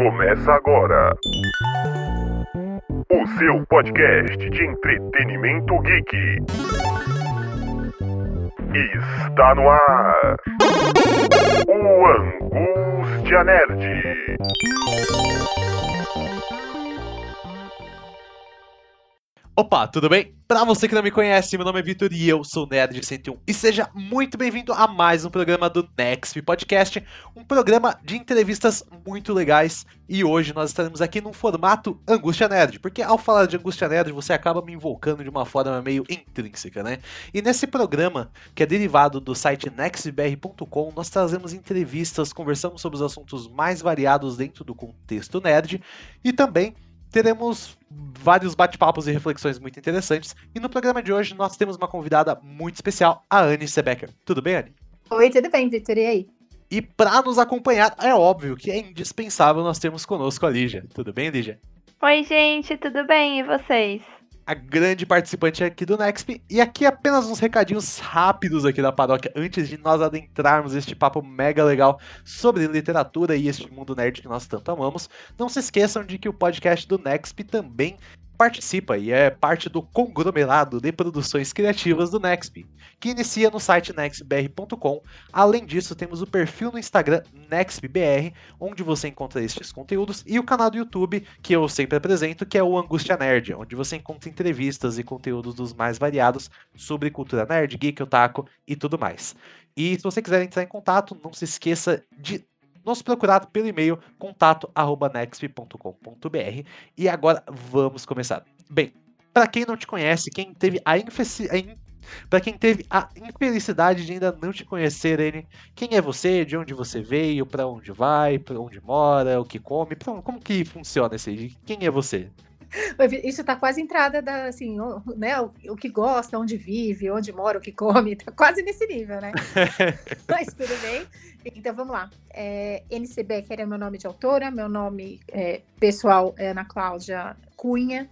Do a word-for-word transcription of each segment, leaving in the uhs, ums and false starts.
Começa agora o seu podcast de entretenimento geek. Está no ar o Angústia Nerd. Opa, tudo bem? Pra você que não me conhece, meu nome é Vitor e eu sou o Nerd cento e um. E seja muito bem-vindo a mais um programa do Nexp Podcast, um programa de entrevistas muito legais. E hoje nós estaremos aqui num formato Angústia Nerd, porque ao falar de Angústia Nerd você acaba me invocando de uma forma meio intrínseca, né? E nesse programa, que é derivado do site next b r ponto com, nós trazemos entrevistas, conversamos sobre os assuntos mais variados dentro do contexto nerd e também teremos vários bate-papos e reflexões muito interessantes. E no programa de hoje nós temos uma convidada muito especial, a Anne Sebecker. Tudo bem, Anne? Oi, tudo bem, Vitor? E aí? E para nos acompanhar, é óbvio que é indispensável nós termos conosco a Lígia. Tudo bem, Lígia? Oi, gente, tudo bem? E vocês? A grande participante aqui do Nexp. E aqui apenas uns recadinhos rápidos aqui da paróquia, antes de nós adentrarmos este papo mega legal sobre literatura e este mundo nerd que nós tanto amamos. Não se esqueçam de que o podcast do Nexp também participa e é parte do conglomerado de produções criativas do Nexp, que inicia no site next b r ponto com. Além disso, temos o perfil no Instagram nextbr, onde você encontra estes conteúdos, e o canal do YouTube, que eu sempre apresento, que é o Angústia Nerd, onde você encontra entrevistas e conteúdos dos mais variados sobre cultura nerd, geek, otaku e tudo mais. E se você quiser entrar em contato, não se esqueça de nos procurar pelo e-mail contato arroba nexp ponto com ponto b r. E agora vamos começar. Bem, para quem não te conhece, quem teve a infelicidade, para quem teve a infelicidade de ainda não te conhecer, Anne, quem é você, de onde você veio, para onde vai, para onde mora, o que come, pra, como que funciona esse aí? Quem é você? Isso tá quase entrada da, assim, o, né, o, o que gosta, onde vive, onde mora, o que come, tá quase nesse nível, né? Mas tudo bem. Então vamos lá. É, Anne Sebecker é meu nome de autora, meu nome é, pessoal é Ana Cláudia Cunha.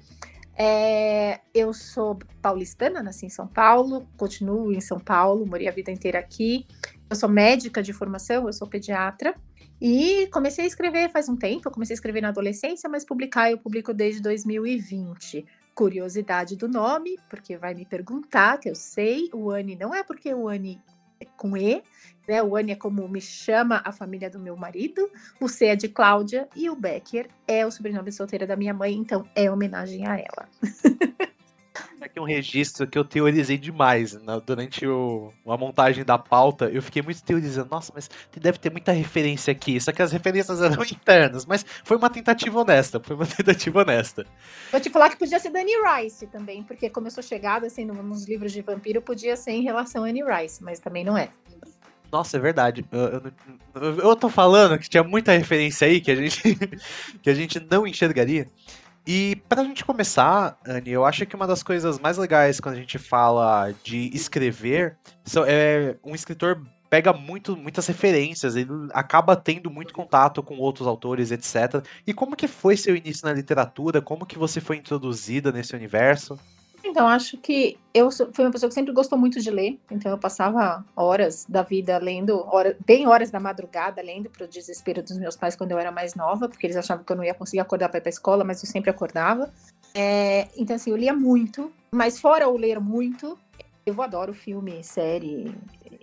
É, eu sou paulistana, nasci em São Paulo, continuo em São Paulo, morei a vida inteira aqui. Eu sou médica de formação, eu sou pediatra. E comecei a escrever faz um tempo, eu comecei a escrever na adolescência, mas publicar eu publico desde dois mil e vinte. Curiosidade do nome, porque vai me perguntar, que eu sei, o Anne não é porque o Anne é com E, né? O Anne é como me chama a família do meu marido, o C é de Cláudia e o Becker é o sobrenome solteira da minha mãe, então é homenagem a ela. Aqui um registro que eu teorizei demais, né? Durante o, a montagem da pauta, eu fiquei muito teorizando, nossa, mas deve ter muita referência aqui, só que as referências eram internas, mas foi uma tentativa honesta, foi uma tentativa honesta. Vou te falar que podia ser da Anne Rice também, porque como eu sou chegada assim, nos livros de vampiro, podia ser em relação a Anne Rice, mas também não é. Nossa, é verdade. Eu, eu, eu tô falando que tinha muita referência aí que a gente, que a gente não enxergaria. E pra gente começar, Anne, eu acho que uma das coisas mais legais quando a gente fala de escrever é um escritor pega muito, muitas referências, ele acaba tendo muito contato com outros autores, etcétera. E como que foi seu início na literatura? Como que você foi introduzida nesse universo? Então, acho que eu sou, fui uma pessoa que sempre gostou muito de ler, então eu passava horas da vida lendo, hora, bem horas da madrugada lendo, para o desespero dos meus pais quando eu era mais nova, porque eles achavam que eu não ia conseguir acordar para ir para a escola, mas eu sempre acordava. É, então, assim, eu lia muito, mas fora o ler muito, eu adoro filme, série,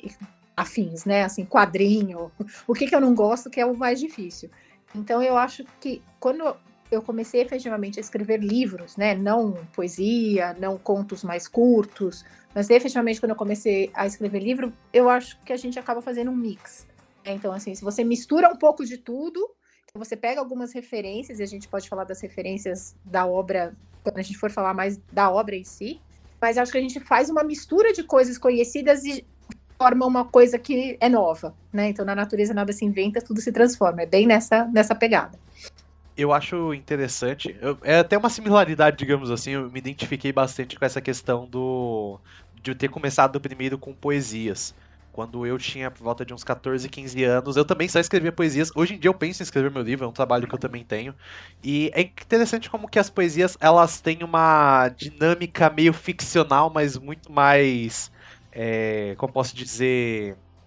afins, né? Assim, quadrinho, o que, que eu não gosto, que é o mais difícil. Então, eu acho que quando eu comecei efetivamente a escrever livros, né? Não poesia, não contos mais curtos, mas efetivamente quando eu comecei a escrever livro, eu acho que a gente acaba fazendo um mix. Então, assim, se você mistura um pouco de tudo, você pega algumas referências, e a gente pode falar das referências da obra, quando a gente for falar mais da obra em si, mas acho que a gente faz uma mistura de coisas conhecidas e forma uma coisa que é nova, né? Então, na natureza nada se inventa, tudo se transforma. É bem nessa, nessa pegada. Eu acho interessante, eu, é até uma similaridade, digamos assim, eu me identifiquei bastante com essa questão do de eu ter começado primeiro com poesias. Quando eu tinha por volta de uns catorze, quinze anos, eu também só escrevia poesias. Hoje em dia eu penso em escrever meu livro, é um trabalho que eu também tenho. E é interessante como que as poesias, elas têm uma dinâmica meio ficcional, mas muito mais, é, como posso dizer,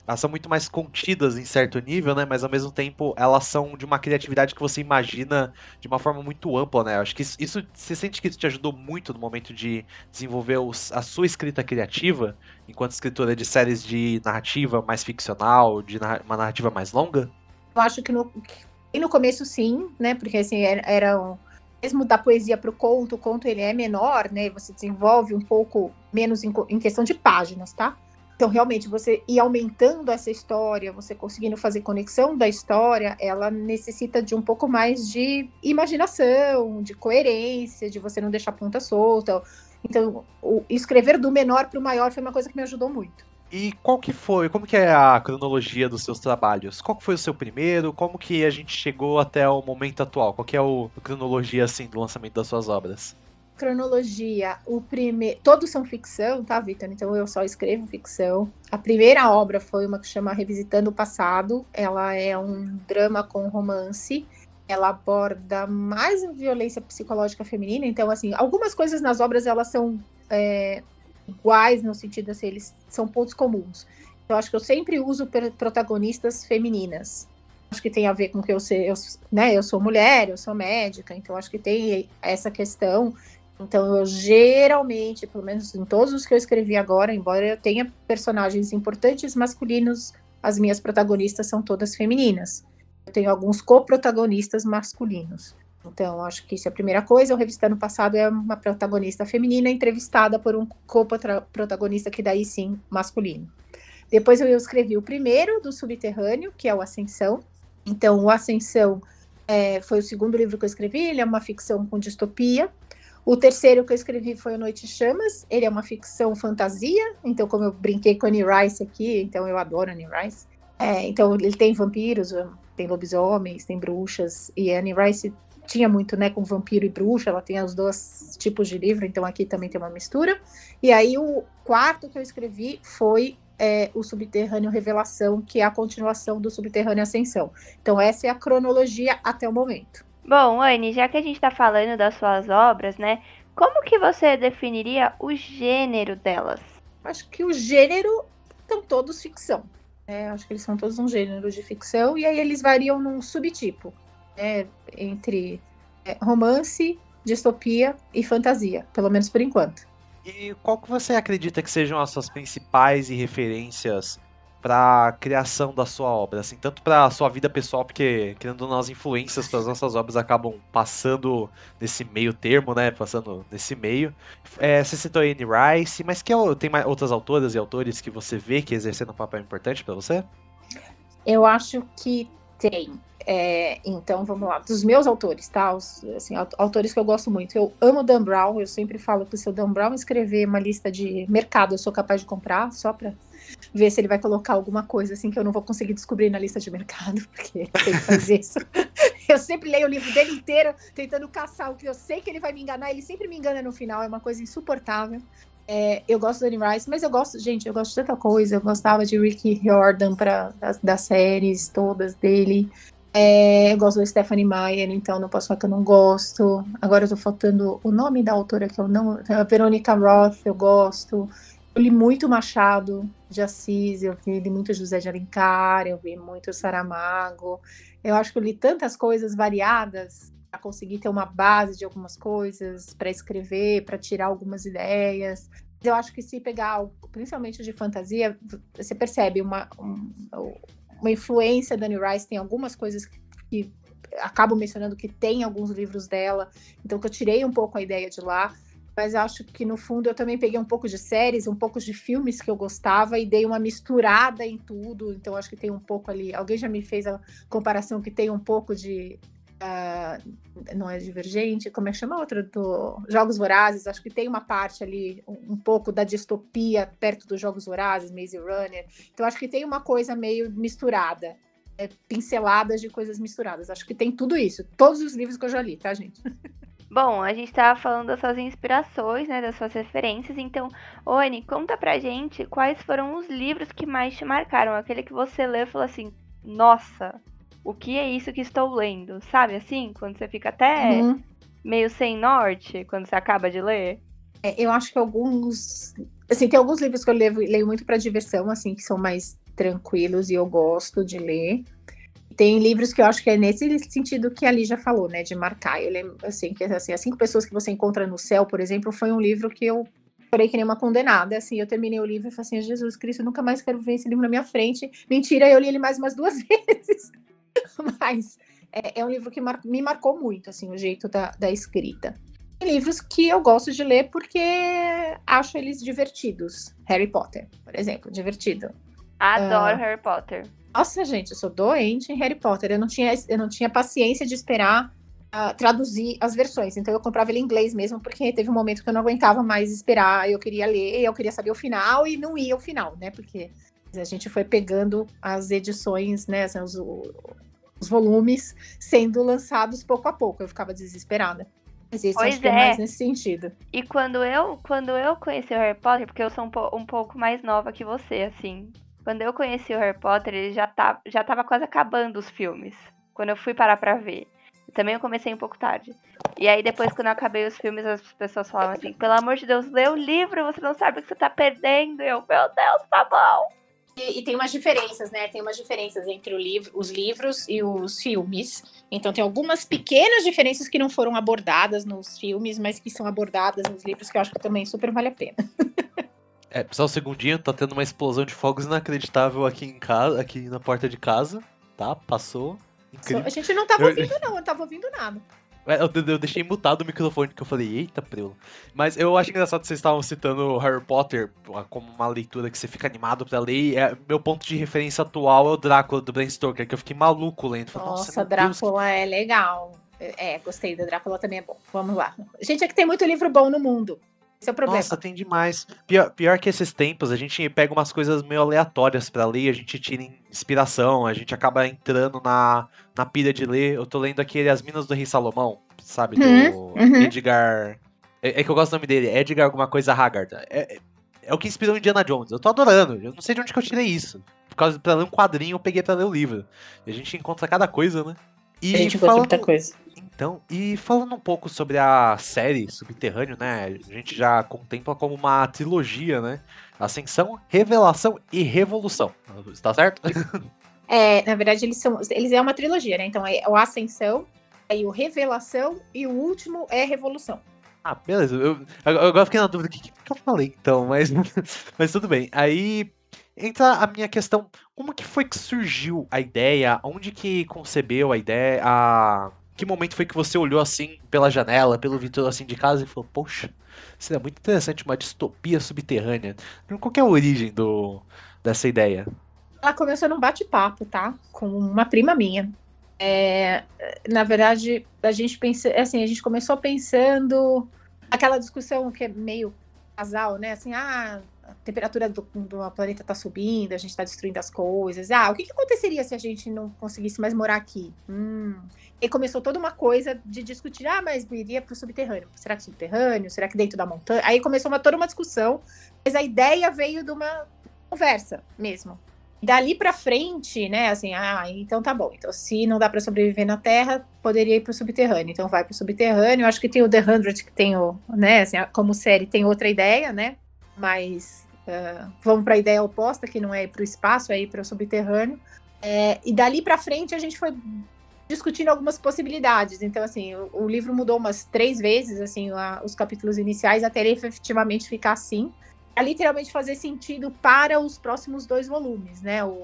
elas são muito mais contidas em certo nível, né? Mas ao mesmo tempo elas são de uma criatividade que você imagina de uma forma muito ampla, né? Eu acho que isso, isso- você sente que isso te ajudou muito no momento de desenvolver os- a sua escrita criativa, enquanto escritora de séries de narrativa mais ficcional, de narra- uma narrativa mais longa? Eu acho que no, que no começo sim, né? Porque assim, era, era um- mesmo da poesia para o conto, o conto ele é menor, né? Você desenvolve um pouco menos em, co- em questão de páginas, tá? Então, realmente, você ir aumentando essa história, você conseguindo fazer conexão da história, ela necessita de um pouco mais de imaginação, de coerência, de você não deixar a ponta solta. Então, o escrever do menor para o maior foi uma coisa que me ajudou muito. E qual que foi, como que é a cronologia dos seus trabalhos? Qual que foi o seu primeiro? Como que a gente chegou até o momento atual? Qual que é o, a cronologia, assim, do lançamento das suas obras? Cronologia, o primeiro. Todos são ficção, tá, Vitor? Então eu só escrevo ficção. A primeira obra foi uma que chama Revisitando o Passado. Ela é um drama com romance. Ela aborda mais a violência psicológica feminina. Então, assim, algumas coisas nas obras elas são é, iguais no sentido assim, eles são pontos comuns. Eu acho que eu sempre uso protagonistas femininas. Acho que tem a ver com que eu sei, eu, né, eu sou mulher, eu sou médica, então acho que tem essa questão. Então, eu geralmente, pelo menos em todos os que eu escrevi agora, embora eu tenha personagens importantes masculinos, as minhas protagonistas são todas femininas. Eu tenho alguns coprotagonistas masculinos. Então, acho que isso é a primeira coisa. O Revisitando o Passado é uma protagonista feminina entrevistada por um coprotagonista que daí sim, masculino. Depois eu escrevi o primeiro do Subterrâneo, que é o Ascensão. Então, o Ascensão é, foi o segundo livro que eu escrevi, ele é uma ficção com distopia. O terceiro que eu escrevi foi O Noite Chamas, ele é uma ficção fantasia, então como eu brinquei com a Annie Rice aqui, então eu adoro a Annie Rice. É, então ele tem vampiros, tem lobisomens, tem bruxas, e a Annie Rice tinha muito, né, com vampiro e bruxa, ela tem os dois tipos de livro, então aqui também tem uma mistura. E aí o quarto que eu escrevi foi é, o Subterrâneo Revelação, que é a continuação do Subterrâneo Ascensão. Então essa é a cronologia até o momento. Bom, Anne, já que a gente está falando das suas obras, né? Como que você definiria o gênero delas? Acho que o gênero são todos ficção. Né? Acho que eles são todos um gênero de ficção, e aí eles variam num subtipo, né? Entre é, romance, distopia e fantasia, pelo menos por enquanto. E qual que você acredita que sejam as suas principais referências para a criação da sua obra, assim, tanto para a sua vida pessoal, porque querendo ou não, as influências para as nossas obras acabam passando nesse meio termo, né, passando nesse meio. É, você citou a Anne Rice, mas que tem mais outras autoras e autores que você vê que exercendo um papel importante para você? Eu acho que tem. É, então, vamos lá. Dos meus autores, tá? Os, assim, autores que eu gosto muito. Eu amo Dan Brown. Eu sempre falo que se o Dan Brown escrever uma lista de mercado, eu sou capaz de comprar, só para ver se ele vai colocar alguma coisa assim que eu não vou conseguir descobrir na lista de mercado, porque ele sempre faz isso. Eu sempre leio o livro dele inteiro, tentando caçar o que eu sei que ele vai me enganar. Ele sempre me engana no final. É uma coisa insuportável. É, eu gosto do Annie Rice, mas eu gosto, gente, eu gosto de tanta coisa. Eu gostava de Rick Riordan para das, das séries todas dele. É, eu gosto do Stephanie Meyer, então não posso falar que eu não gosto. Agora eu tô faltando o nome da autora que eu não. A Veronica Roth, eu gosto. Eu li muito Machado de Assis, eu li muito José de Alencar, eu li muito Saramago. Eu acho que eu li tantas coisas variadas para conseguir ter uma base de algumas coisas, para escrever, para tirar algumas ideias. Eu acho que se pegar, principalmente de fantasia, você percebe uma, um, uma influência da Anne Rice, tem algumas coisas que acabo mencionando que tem alguns livros dela, então que eu tirei um pouco a ideia de lá, mas acho que no fundo eu também peguei um pouco de séries, um pouco de filmes que eu gostava e dei uma misturada em tudo, então acho que tem um pouco ali, alguém já me fez a comparação que tem um pouco de Uh, não é Divergente, como é que chama outra? Do Jogos Vorazes, acho que tem uma parte ali, um, um pouco da distopia perto dos Jogos Vorazes, Maze Runner, então acho que tem uma coisa meio misturada, é, pinceladas de coisas misturadas, acho que tem tudo isso, todos os livros que eu já li, tá, gente? Bom, a gente tava falando das suas inspirações, né, das suas referências, então, Anne, conta pra gente quais foram os livros que mais te marcaram, aquele que você leu e falou assim, nossa, o que é isso que estou lendo? Sabe assim? Quando você fica até uhum. meio sem norte, quando você acaba de ler. É, eu acho que alguns... Assim, tem alguns livros que eu leio, leio muito para diversão, assim, que são mais tranquilos e eu gosto de ler. Tem livros que eu acho que é nesse sentido que a Lígia falou, né, de marcar. Eu lembro, assim, que assim, As Cinco Pessoas que Você Encontra no Céu, por exemplo, foi um livro que eu chorei que nem uma condenada, assim, eu terminei o livro e falei assim, Jesus Cristo, eu nunca mais quero ver esse livro na minha frente. Mentira, eu li ele mais umas duas vezes. Mas é, é um livro que mar- me marcou muito, assim, o jeito da, da escrita. Tem livros que eu gosto de ler porque acho eles divertidos. Harry Potter, por exemplo, divertido. Adoro Ah. Harry Potter. Nossa, gente, eu sou doente em Harry Potter. Eu não tinha, eu não tinha paciência de esperar uh, traduzir as versões. Então eu comprava ele em inglês mesmo, porque teve um momento que eu não aguentava mais esperar. Eu queria ler, eu queria saber o final e não ia ao final, né? Porque a gente foi pegando as edições, né? Assim, os, os volumes sendo lançados pouco a pouco. Eu ficava desesperada. Mas isso Pois acho que é é. mais nesse sentido. E quando eu, quando eu conheci o Harry Potter, porque eu sou um, po- um pouco mais nova que você, assim. Quando eu conheci o Harry Potter, ele já, tá, já tava quase acabando os filmes. Quando eu fui parar pra ver. Também eu comecei um pouco tarde. E aí depois, quando eu acabei os filmes, as pessoas falavam assim, pelo amor de Deus, lê o livro, você não sabe o que você tá perdendo. Eu, meu Deus, tá bom. E, e tem umas diferenças, né? Tem umas diferenças entre o livro, os livros e os filmes. Então tem algumas pequenas diferenças que não foram abordadas nos filmes, mas que são abordadas nos livros, que eu acho que também super vale a pena. É, pessoal, segundinho, tá tendo uma explosão de fogos inacreditável aqui em casa, aqui na porta de casa, tá? Passou. Incrível. A gente não tava Eu- ouvindo, não, eu não tava ouvindo nada. É, Eu, eu deixei mutado o microfone, que eu falei, eita, prelo. Mas eu acho engraçado que vocês estavam citando Harry Potter como uma leitura que você fica animado pra ler. E é, meu ponto de referência atual é o Drácula, do Bram Stoker, que eu fiquei maluco lendo. Falei, Nossa, meu Deus, Drácula é legal. É, gostei da Drácula também é bom. Vamos lá. Gente, é que tem muito livro bom no mundo. Esse é o problema. Nossa, tem demais. Pior, pior que esses tempos, a gente pega umas coisas meio aleatórias pra ler, a gente tira inspiração, a gente acaba entrando na, na pilha de ler. Eu tô lendo aquele As Minas do Rei Salomão, sabe? Do Uhum, uhum. Edgar. É, é que eu gosto do nome dele, Edgar alguma coisa Haggard. É, é, é o que inspirou Indiana Jones. Eu tô adorando. Eu não sei de onde que eu tirei isso. Por causa pra ler um quadrinho, eu peguei pra ler o livro. E a gente encontra cada coisa, né? E A gente gosta de muita coisa. então, e falando um pouco sobre a série Subterrâneo, né? A gente já contempla como uma trilogia, né? Ascensão, Revelação e Revolução. Está certo? É, na verdade, eles são. Eles é uma trilogia, né? Então é o Ascensão, aí o Revelação e o último é Revolução. Ah, beleza. Eu, eu agora fiquei na dúvida o que, que eu falei, então, mas, mas tudo bem. Aí entra a minha questão: como que foi que surgiu a ideia? Onde que concebeu a ideia? A... Que momento foi que você olhou assim pela janela, pelo vidro assim de casa e falou: poxa, seria muito interessante uma distopia subterrânea? Qual que é a origem do, dessa ideia? Ela começou num bate-papo, tá? Com uma prima minha. É, na verdade, a gente pensa, assim, a gente começou pensando aquela discussão que é meio casal, né? Assim, ah, a temperatura do, do planeta tá subindo, a gente tá destruindo as coisas. Ah, o que, que aconteceria se a gente não conseguisse mais morar aqui? Hum. E começou toda uma coisa de discutir, ah, mas iria pro subterrâneo. Será que subterrâneo? Será que dentro da montanha? Aí começou uma, toda uma discussão, mas a ideia veio de uma conversa mesmo. Dali pra frente, né, assim, ah, então tá bom. Então, se não dá pra sobreviver na Terra, poderia ir pro subterrâneo. Então, vai pro subterrâneo. Eu acho que tem o The hundred, que tem o, né, assim, como série, tem outra ideia, né, mas uh, vamos pra ideia oposta, que não é ir pro espaço, é ir pro subterrâneo. É, e dali pra frente, a gente foi discutindo algumas possibilidades. Então, assim, o, o livro mudou umas três vezes, assim, a, os capítulos iniciais, até ele efetivamente ficar assim. A literalmente fazer sentido para os próximos dois volumes, né? O,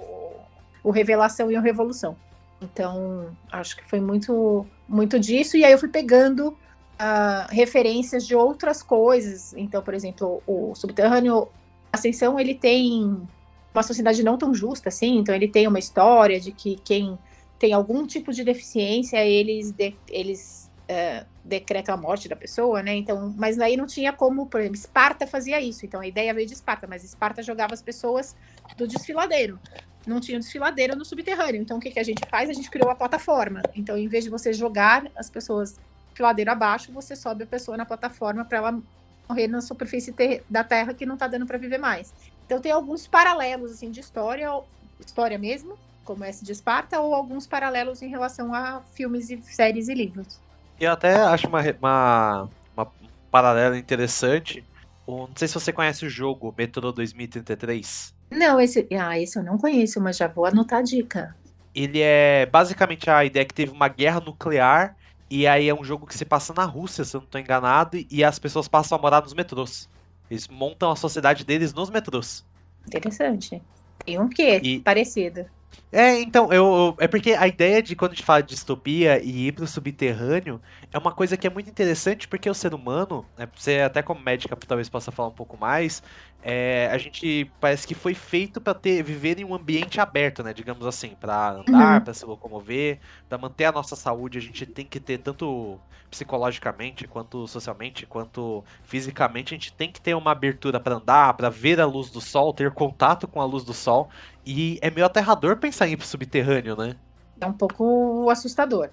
o Revelação e o Revolução. Então, acho que foi muito, muito disso. E aí eu fui pegando uh, referências de outras coisas. Então, por exemplo, o Subterrâneo Ascensão, ele tem uma sociedade não tão justa, assim. Então, ele tem uma história de que quem tem algum tipo de deficiência, eles... De, eles Uh, decretam a morte da pessoa, né? Então, mas aí não tinha como, por exemplo, Esparta fazia isso, então a ideia veio de Esparta, mas Esparta jogava as pessoas do desfiladeiro. Não tinha desfiladeiro no subterrâneo. Então, o que, que a gente faz? A gente criou uma plataforma. Então, em vez de você jogar as pessoas desfiladeiro abaixo, você sobe a pessoa na plataforma para ela morrer na superfície ter- da Terra que não tá dando para viver mais. Então, tem alguns paralelos assim de história, história mesmo, como esse de Esparta, ou alguns paralelos em relação a filmes e séries e livros. Eu até acho uma, uma, uma paralela interessante. O- não sei se você conhece o jogo Metro dois mil e trinta e três. Não, esse, ah, esse eu não conheço, mas já vou anotar a dica. Ele é basicamente a ideia que teve uma guerra nuclear, e aí é um jogo que se passa na Rússia, se eu não tô enganado, e as pessoas passam a morar nos metrôs. Eles montam a sociedade deles nos metrôs. Interessante. Tem um quê? E Parecido. É, então, eu, eu- é porque a ideia de quando a gente fala de distopia e ir pro subterrâneo é uma coisa que é muito interessante, porque o ser humano, né, você até como médica talvez possa falar um pouco mais, é, a gente parece que foi feito para ter viver em um ambiente aberto, né, digamos assim, para andar, Uhum. para se locomover, para manter a nossa saúde, a gente tem que ter tanto psicologicamente, quanto socialmente, quanto fisicamente, a gente tem que ter uma abertura para andar, para ver a luz do sol, ter contato com a luz do sol. E é meio aterrador pensar em ir pro subterrâneo, né? É um pouco assustador.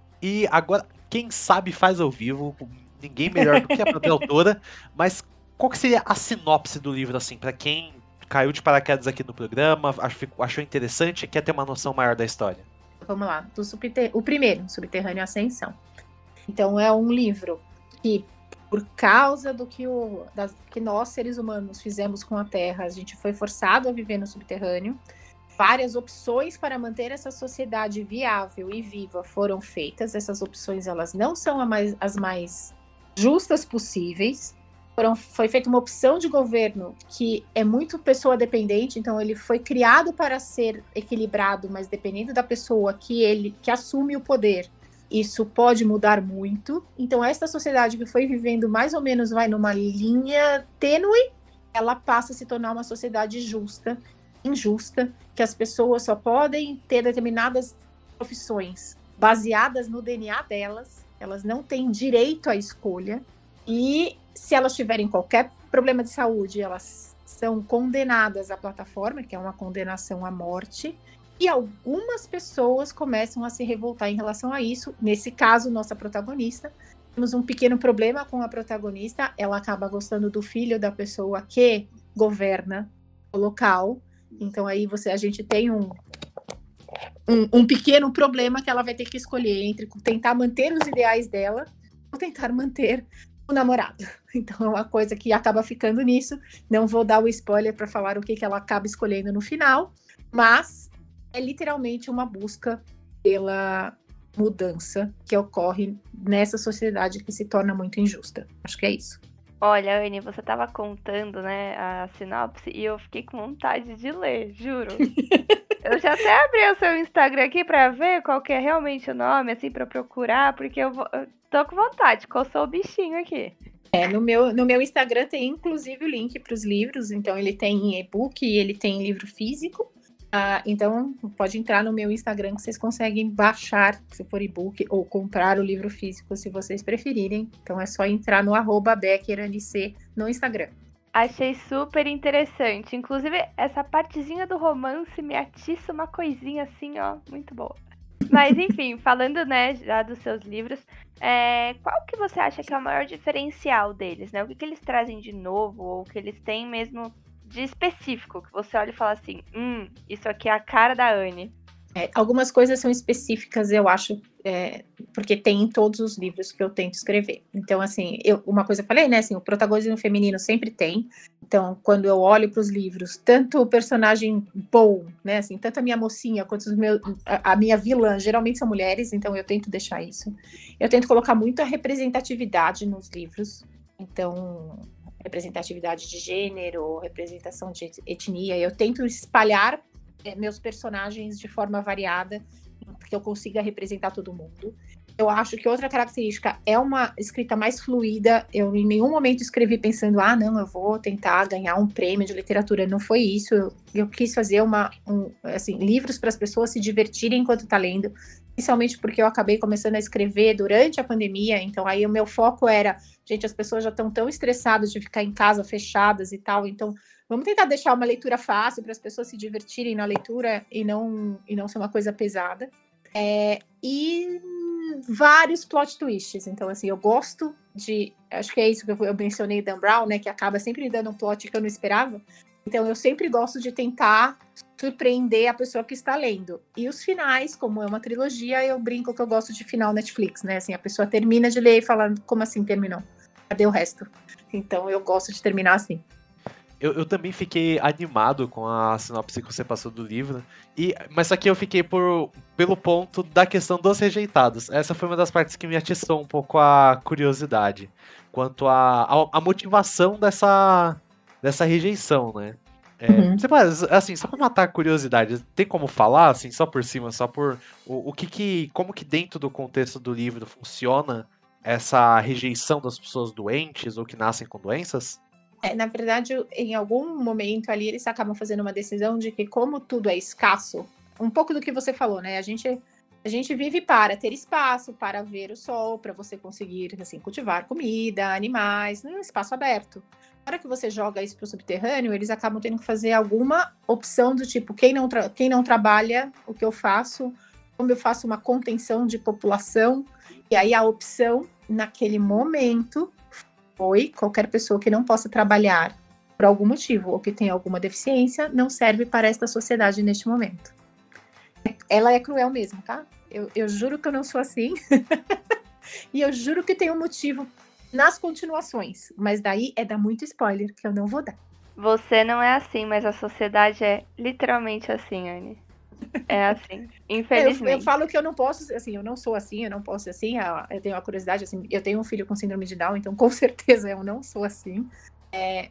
E agora, quem sabe faz ao vivo, ninguém melhor do que a própria autora, mas qual que seria a sinopse do livro, assim, pra quem caiu de paraquedas aqui no programa, achou, achou interessante e quer ter uma noção maior da história? Vamos lá. Do subter... O primeiro, Subterrâneo Ascensão. Então, é um livro que, por causa do que, o, das, que nós, seres humanos, fizemos com a Terra, a gente foi forçado a viver no subterrâneo. Várias opções para manter essa sociedade viável e viva foram feitas. Essas opções, elas não são mais, as mais justas possíveis. Foram, foi feita uma opção de governo que é muito pessoa dependente, então ele foi criado para ser equilibrado, mas dependendo da pessoa que ele que assume o poder, isso pode mudar muito. Então esta sociedade que foi vivendo mais ou menos vai numa linha tênue, ela passa a se tornar uma sociedade justa, injusta, que as pessoas só podem ter determinadas profissões baseadas no D N A delas, elas não têm direito à escolha, e se elas tiverem qualquer problema de saúde, elas são condenadas à plataforma, que é uma condenação à morte, e algumas pessoas começam a se revoltar em relação a isso. Nesse caso, nossa protagonista, temos um pequeno problema com a protagonista, ela acaba gostando do filho da pessoa que governa o local, então aí você, a gente tem um, um, um pequeno problema que ela vai ter que escolher entre tentar manter os ideais dela ou tentar manter o namorado. Então é uma coisa que acaba ficando nisso. Não vou dar o spoiler para falar o que, que ela acaba escolhendo no final, mas é literalmente uma busca pela mudança que ocorre nessa sociedade que se torna muito injusta. Acho que é isso. Olha, Anne, você tava contando, né, a sinopse e eu fiquei com vontade de ler, juro. Eu já até abri o seu Instagram aqui pra ver qual que é realmente o nome, assim, pra procurar, porque eu, vou, eu tô com vontade, coçou o bichinho aqui. É, no meu, no meu Instagram tem inclusive o link para os livros, então ele tem e-book e ele tem livro físico. Ah, então pode entrar no meu Instagram que vocês conseguem baixar, se for e-book, ou comprar o livro físico se vocês preferirem. Então é só entrar no arroba BeckerNC no Instagram. Achei super interessante. Inclusive, essa partezinha do romance me atiça uma coisinha assim, ó, muito boa. Mas enfim, falando, né, já dos seus livros, é, qual que você acha que é o maior diferencial deles, né? O que, que eles trazem de novo, ou o que eles têm mesmo de específico, que você olha e fala assim, hum, isso aqui é a cara da Anne. É, algumas coisas são específicas, eu acho, é, porque tem em todos os livros que eu tento escrever. Então, assim, eu, uma coisa eu falei, né, assim, o protagonismo feminino sempre tem. Então, quando eu olho para os livros, tanto o personagem bom, né, assim, tanto a minha mocinha quanto os meus, a, a minha vilã, geralmente são mulheres, então eu tento deixar isso. Eu tento colocar muito a representatividade nos livros. Então, representatividade de gênero, representação de etnia, eu tento espalhar é, meus personagens de forma variada, porque eu consiga representar todo mundo. Eu acho que outra característica é uma escrita mais fluida. Eu em nenhum momento escrevi pensando, ah, não, eu vou tentar ganhar um prêmio de literatura. Não foi isso. Eu, eu quis fazer uma, um, assim, livros para as pessoas se divertirem enquanto tá lendo, principalmente porque eu acabei começando a escrever durante a pandemia, então aí o meu foco era, gente, as pessoas já estão tão estressadas de ficar em casa fechadas e tal, então vamos tentar deixar uma leitura fácil para as pessoas se divertirem na leitura e não, e não ser uma coisa pesada. É, e vários plot twists. Então, assim, eu gosto de... Acho que é isso que eu mencionei, Dan Brown, né? Que acaba sempre me dando um plot que eu não esperava. Então, eu sempre gosto de tentar surpreender a pessoa que está lendo. E os finais, como é uma trilogia, eu brinco que eu gosto de final Netflix, né? Assim, a pessoa termina de ler e fala, como assim terminou? Cadê o resto? Então, eu gosto de terminar assim. eu, eu também fiquei animado com a sinopse que você passou do livro, e, mas só que eu fiquei por, pelo ponto da questão dos rejeitados. Essa foi uma das partes que me atiçou um pouco a curiosidade, quanto à a, a, a motivação dessa, dessa rejeição, né? É, Uhum. você pode, assim, só pra matar a curiosidade, tem como falar, assim, só por cima, só por o, o que que, como que dentro do contexto do livro funciona essa rejeição das pessoas doentes ou que nascem com doenças? É, na verdade, em algum momento ali, eles acabam fazendo uma decisão de que, como tudo é escasso, um pouco do que você falou, né? A gente, a gente vive para ter espaço, para ver o sol, para você conseguir, assim, cultivar comida, animais, num espaço aberto. Na hora que você joga isso para o subterrâneo, eles acabam tendo que fazer alguma opção do tipo, quem não, tra- quem não trabalha, o que eu faço, como eu faço uma contenção de população, e aí a opção, naquele momento, foi qualquer pessoa que não possa trabalhar por algum motivo ou que tenha alguma deficiência, não serve para esta sociedade neste momento. Ela é cruel mesmo, tá? Eu, eu juro que eu não sou assim. E eu juro que tem um motivo nas continuações, mas daí é dar muito spoiler que eu não vou dar. Você não é assim, mas a sociedade é literalmente assim, Anne. É assim, Eu, infelizmente. eu falo que eu não posso, assim, eu não sou assim, eu não posso ser assim. ah, Eu tenho uma curiosidade, assim, eu tenho um filho com síndrome de Down, então com certeza eu não sou assim. É,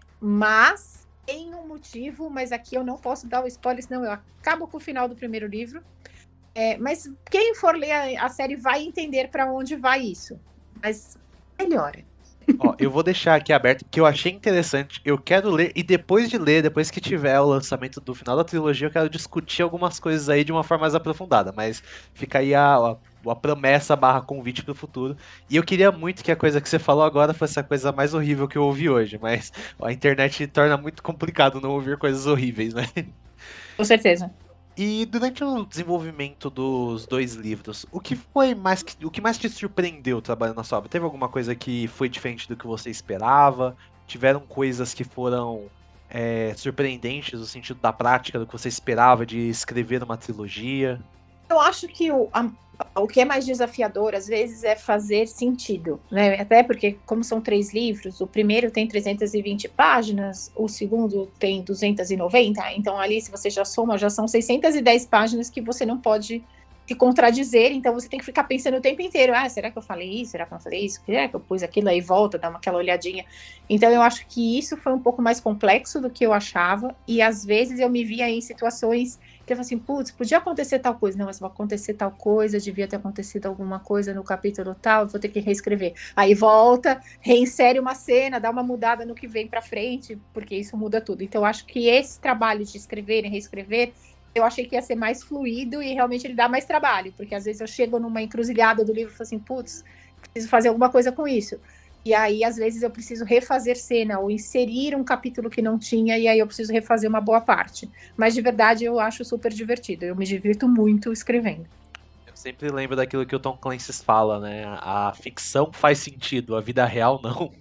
mas tem um motivo, mas aqui eu não posso dar o spoiler, senão eu acabo com o final do primeiro livro. É, mas quem for ler a, a série vai entender para onde vai isso. Mas melhora. Ó, eu vou deixar aqui aberto, porque eu achei interessante, eu quero ler, e depois de ler, depois que tiver o lançamento do final da trilogia, eu quero discutir algumas coisas aí de uma forma mais aprofundada, mas fica aí a, a, a promessa barra convite pro futuro. E eu queria muito que a coisa que você falou agora fosse a coisa mais horrível que eu ouvi hoje, mas ó, a internet torna muito complicado não ouvir coisas horríveis, né? Com certeza. E durante o desenvolvimento dos dois livros, o que foi mais que, o que mais te surpreendeu trabalhando na sua obra? Teve alguma coisa que foi diferente do que você esperava? Tiveram coisas que foram é, surpreendentes no sentido da prática do que você esperava de escrever uma trilogia? Eu acho que o, a, o que é mais desafiador, às vezes, é fazer sentido, né? Até porque, como são três livros, o primeiro tem trezentas e vinte páginas, o segundo tem duzentas e noventa, então ali, se você já soma, já são seiscentas e dez páginas que você não pode se contradizer, então você tem que ficar pensando o tempo inteiro, ah, será que eu falei isso? Será que eu não falei isso? Será que eu pus aquilo aí, volta, dá uma, aquela olhadinha. Então eu acho que isso foi um pouco mais complexo do que eu achava, e às vezes eu me via em situações que eu falei assim, putz, podia acontecer tal coisa, não, mas vai acontecer tal coisa, devia ter acontecido alguma coisa no capítulo tal, vou ter que reescrever. Aí volta, reinsere uma cena, dá uma mudada no que vem pra frente, porque isso muda tudo. Então eu acho que esse trabalho de escrever e reescrever, eu achei que ia ser mais fluido e realmente ele dá mais trabalho, porque às vezes eu chego numa encruzilhada do livro e falo assim, putz, preciso fazer alguma coisa com isso. E aí, às vezes, eu preciso refazer cena ou inserir um capítulo que não tinha, e aí eu preciso refazer uma boa parte. Mas, de verdade, eu acho super divertido. Eu me divirto muito escrevendo. Eu sempre lembro daquilo que o Tom Clancy fala, né? A ficção faz sentido, a vida real não.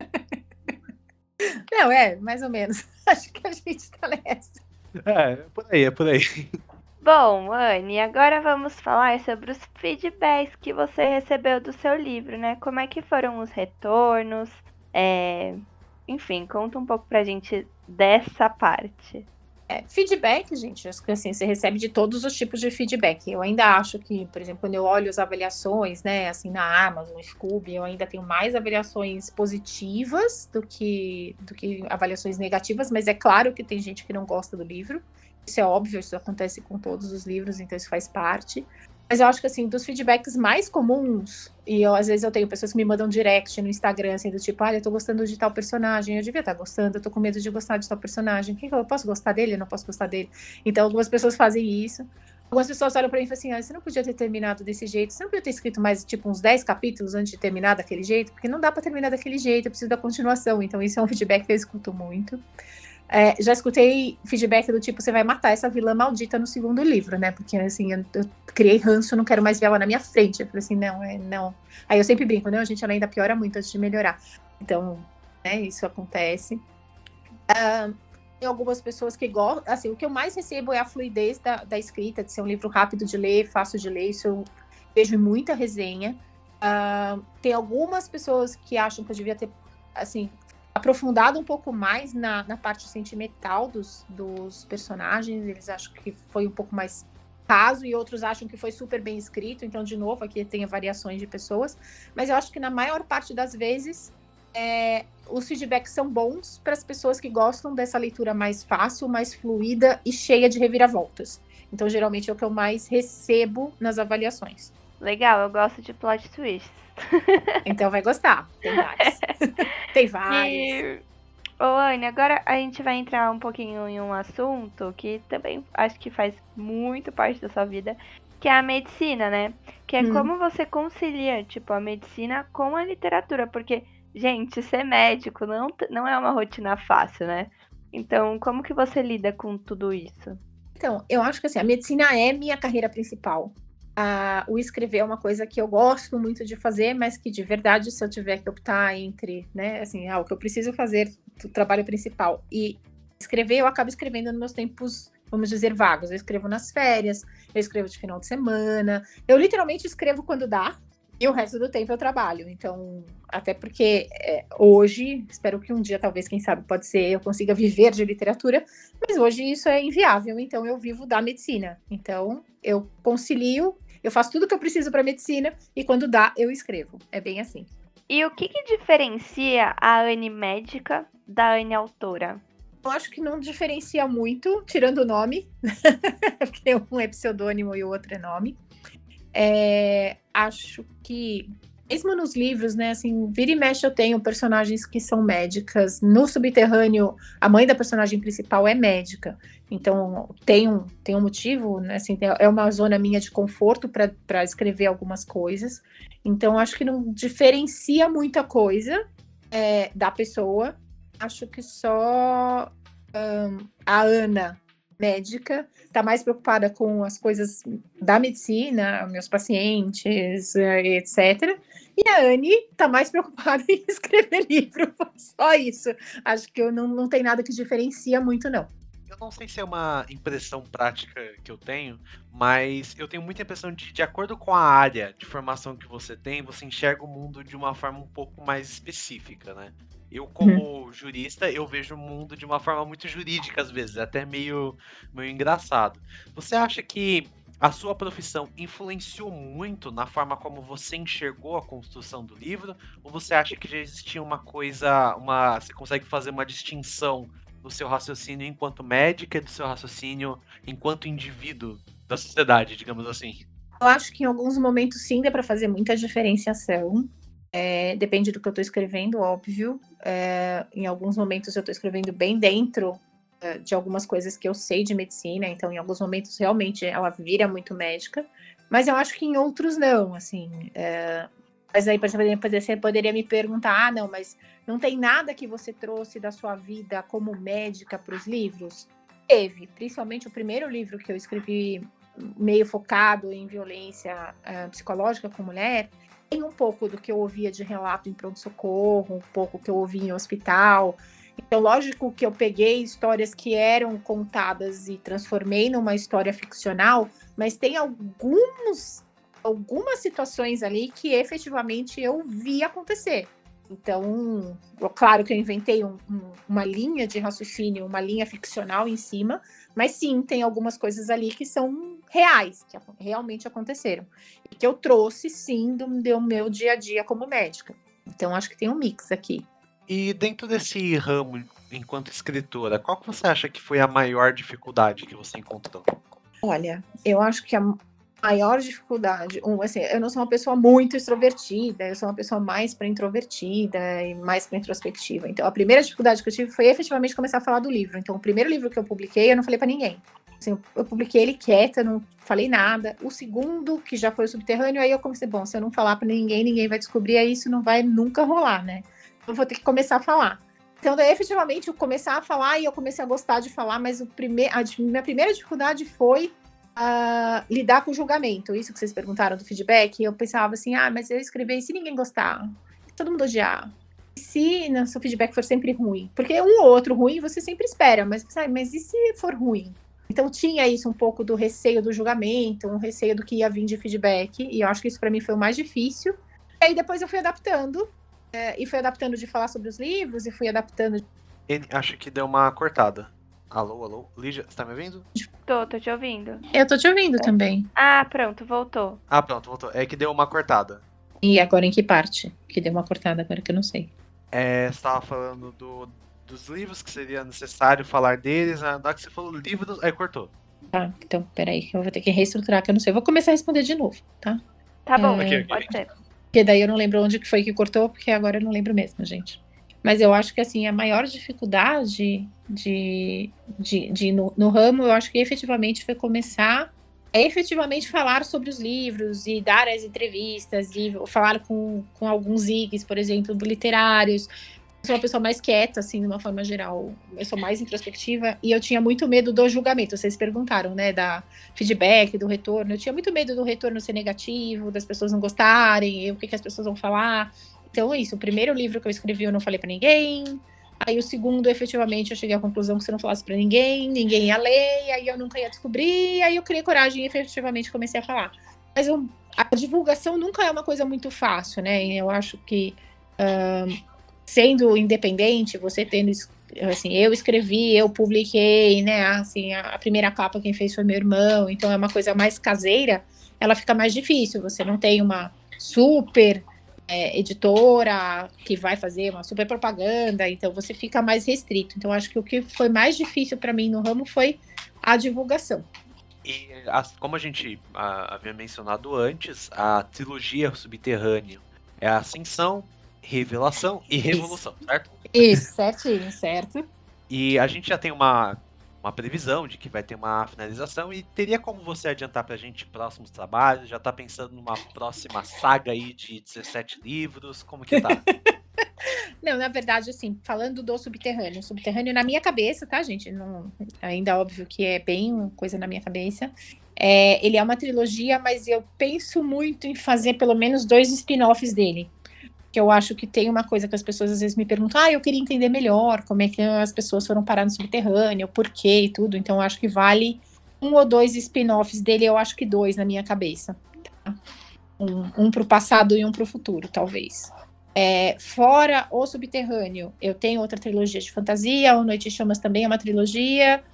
Não, é, mais ou menos. Acho que a gente tá nessa. É, é por aí, é por aí. Bom, Anne, agora vamos falar sobre os feedbacks que você recebeu do seu livro, né? Como é que foram os retornos? É... Enfim, conta um pouco pra gente dessa parte. É, feedback, gente, acho que assim, você recebe de todos os tipos de feedback. Eu ainda acho que, por exemplo, quando eu olho as avaliações, né, assim, na Amazon, no Scooby, eu ainda tenho mais avaliações positivas do que, do que avaliações negativas, mas é claro que tem gente que não gosta do livro. Isso é óbvio, isso acontece com todos os livros, então isso faz parte. Mas eu acho que, assim, dos feedbacks mais comuns, e eu, às vezes eu tenho pessoas que me mandam direct no Instagram, assim, do tipo, olha, eu tô gostando de tal personagem, eu devia estar gostando, eu tô com medo de gostar de tal personagem, que eu posso gostar dele, eu não posso gostar dele. Então, algumas pessoas fazem isso. Algumas pessoas olham pra mim e falam assim, ah, você não podia ter terminado desse jeito, você não podia ter escrito mais, tipo, uns dez capítulos antes de terminar daquele jeito, porque não dá pra terminar daquele jeito, eu preciso da continuação. Então, isso é um feedback que eu escuto muito. É, já escutei feedback do tipo, você vai matar essa vilã maldita no segundo livro, né? Porque, assim, eu, eu criei ranço, eu não quero mais ver ela na minha frente. Eu falei assim, não, é, não. Aí eu sempre brinco, né? Gente, ela ainda piora muito antes de melhorar. Então, né, isso acontece. Uh, tem algumas pessoas que gostam, assim, o que eu mais recebo é a fluidez da, da escrita, de ser um livro rápido de ler, fácil de ler, isso eu vejo em muita resenha. Uh, tem algumas pessoas que acham que eu devia ter, assim, aprofundado um pouco mais na, na parte sentimental dos, dos personagens. Eles acham que foi um pouco mais raso e outros acham que foi super bem escrito. Então, de novo, aqui tem variações de pessoas. Mas eu acho que na maior parte das vezes, é, os feedbacks são bons para as pessoas que gostam dessa leitura mais fácil, mais fluida e cheia de reviravoltas. Então, geralmente, é o que eu mais recebo nas avaliações. Legal, eu gosto de plot twists. Então vai gostar, tem vários. Tem vários. E, ô Anne, agora a gente vai entrar um pouquinho em um assunto que também acho que faz muito parte da sua vida, que é a medicina, né? Que é Hum. como você concilia, tipo, a medicina com a literatura, porque, gente, ser médico não, t- não é uma rotina fácil, né? Então, como que você lida com tudo isso? Então, eu acho que assim, a medicina é minha carreira principal. Ah, o escrever é uma coisa que eu gosto muito de fazer, mas que de verdade, se eu tiver que optar entre, né, assim, ah, o que eu preciso fazer, o trabalho principal, e escrever, eu acabo escrevendo nos meus tempos, vamos dizer, vagos. Eu escrevo nas férias, eu escrevo de final de semana, eu literalmente escrevo quando dá, e o resto do tempo eu trabalho. Então, até porque é, hoje, espero que um dia, talvez, quem sabe, pode ser, eu consiga viver de literatura, mas hoje isso é inviável, então eu vivo da medicina. Então, eu concilio, eu faço tudo que eu preciso para medicina, e quando dá, eu escrevo. É bem assim. E o que que diferencia a Anne médica da Anne autora? Eu acho que não diferencia muito, tirando o nome, porque um é pseudônimo e o outro é nome. É, acho que, mesmo nos livros, né, assim, vira e mexe eu tenho personagens que são médicas. No Subterrâneo, a mãe da personagem principal é médica. Então, tem um, tem um motivo, né, assim, é uma zona minha de conforto para escrever algumas coisas. Então, acho que não diferencia muita coisa é, da pessoa. Acho que só um, a Ana, médica, está mais preocupada com as coisas da medicina, meus pacientes, etcétera. E a Anne está mais preocupada em escrever livro. Só isso. Acho que eu não, não tem nada que diferencia muito, não. Eu não sei se é uma impressão prática que eu tenho, mas eu tenho muita impressão de, de acordo com a área de formação que você tem, você enxerga o mundo de uma forma um pouco mais específica, né? Eu, como uhum. jurista, eu vejo o mundo de uma forma muito jurídica, às vezes, até meio, meio engraçado. Você acha que a sua profissão influenciou muito na forma como você enxergou a construção do livro? Ou você acha que já existia uma coisa, uma, você consegue fazer uma distinção do seu raciocínio enquanto médica e do seu raciocínio enquanto indivíduo da sociedade, digamos assim? Eu acho que em alguns momentos, sim, dá para fazer muita diferenciação. É, depende do que eu estou escrevendo, óbvio. É, em alguns momentos eu estou escrevendo bem dentro é, de algumas coisas que eu sei de medicina, então em alguns momentos realmente ela vira muito médica, mas eu acho que em outros não, assim. É, mas aí, por exemplo, você poderia me perguntar, ah, não, mas não tem nada que você trouxe da sua vida como médica para os livros? Teve, principalmente o primeiro livro que eu escrevi meio focado em violência uh, psicológica com mulher, tem um pouco do que eu ouvia de relato em pronto-socorro, um pouco que eu ouvia em hospital. Então, lógico que eu peguei histórias que eram contadas e transformei numa história ficcional, mas tem alguns, algumas situações ali que efetivamente eu vi acontecer. Então, claro que eu inventei um, um, uma linha de raciocínio, uma linha ficcional em cima, mas sim, tem algumas coisas ali que são reais, que realmente aconteceram. E que eu trouxe, sim, do, do meu dia a dia como médica. Então, acho que tem um mix aqui. E dentro desse ramo, enquanto escritora, qual que você acha que foi a maior dificuldade que você encontrou? Olha, eu acho que a maior dificuldade, um, assim, eu não sou uma pessoa muito extrovertida, eu sou uma pessoa mais para introvertida e mais para introspectiva. Então, a primeira dificuldade que eu tive foi efetivamente começar a falar do livro. Então, o primeiro livro que eu publiquei, eu não falei para ninguém. Assim, eu publiquei ele quieta, não falei nada. O segundo, que já foi o Subterrâneo, aí eu comecei, bom, se eu não falar para ninguém, ninguém vai descobrir, aí isso não vai nunca rolar, né? Eu vou ter que começar a falar. Então, daí, efetivamente, eu começar a falar e eu comecei a gostar de falar, mas o prime... a minha primeira dificuldade foi Uh, lidar com o julgamento, isso que vocês perguntaram do feedback. Eu pensava assim, ah, mas eu escrevi, e se ninguém gostar? Se todo mundo odiar? E se não, seu feedback for sempre ruim? Porque um ou outro ruim você sempre espera, mas, sabe, mas e se for ruim? Então tinha isso um pouco do receio do julgamento, um receio do que ia vir de feedback, e eu acho que isso para mim foi o mais difícil. E aí depois eu fui adaptando, É, e fui adaptando de falar sobre os livros, e fui adaptando... Ele, acho que deu uma cortada. Alô, alô? Lígia, você tá me ouvindo? Tô, tô te ouvindo. Eu tô te ouvindo também. Ah, pronto, voltou. Ah, pronto, voltou. É que deu uma cortada. E agora em que parte? Que deu uma cortada agora que eu não sei. É, você tava falando do, dos livros, que seria necessário falar deles. Na hora que você falou livros, aí cortou. Tá, então, peraí, que eu vou ter que reestruturar, que eu não sei. Eu vou começar a responder de novo, tá? Tá bom, É, Ok, ok. pode ser. Porque daí eu não lembro onde que foi que cortou, porque agora eu não lembro mesmo, gente. Mas eu acho que, assim, a maior dificuldade de, de, de no, no ramo, eu acho que efetivamente foi começar a efetivamente falar sobre os livros e dar as entrevistas e falar com, com alguns I Gs, por exemplo, literários. Eu sou uma pessoa mais quieta, assim, de uma forma geral. Eu sou mais introspectiva e eu tinha muito medo do julgamento. Vocês perguntaram, né, da feedback, do retorno. Eu tinha muito medo do retorno ser negativo, das pessoas não gostarem, o que, que as pessoas vão falar. Então é isso. O primeiro livro que eu escrevi eu não falei pra ninguém. Aí o segundo, efetivamente, eu cheguei à conclusão que se eu não falasse pra ninguém, ninguém ia ler, aí eu nunca ia descobrir. Aí eu criei coragem e efetivamente comecei a falar. Mas eu, a divulgação nunca é uma coisa muito fácil, né? Eu acho que... Um, sendo independente, você tendo, assim, eu escrevi, eu publiquei, né, assim, a, a primeira capa quem fez foi meu irmão, então é uma coisa mais caseira, ela fica mais difícil, você não tem uma super é, editora que vai fazer uma super propaganda, então você fica mais restrito, então acho que o que foi mais difícil para mim no ramo foi a divulgação. E como a gente a, havia mencionado antes, a trilogia Subterrâneo é a Ascensão, Revelação e Revolução, Isso. certo? Isso, certinho, certo. E a gente já tem uma, uma previsão de que vai ter uma finalização e teria como você adiantar pra gente próximos trabalhos? Já tá pensando numa próxima saga aí de dezessete livros? Como que tá? Não, na verdade, assim, falando do Subterrâneo, Subterrâneo na minha cabeça, tá, gente? Não, ainda óbvio que é bem coisa na minha cabeça. É, ele é uma trilogia, mas eu penso muito em fazer pelo menos dois spin-offs dele. Que eu acho que tem uma coisa que as pessoas às vezes me perguntam, ah, eu queria entender melhor como é que as pessoas foram parar no subterrâneo, por quê e tudo, então eu acho que vale um ou dois spin-offs dele, eu acho que dois na minha cabeça, tá? um, um pro passado e um pro futuro, talvez. É, fora o Subterrâneo, eu tenho outra trilogia de fantasia, o Noite em Chamas também é uma trilogia,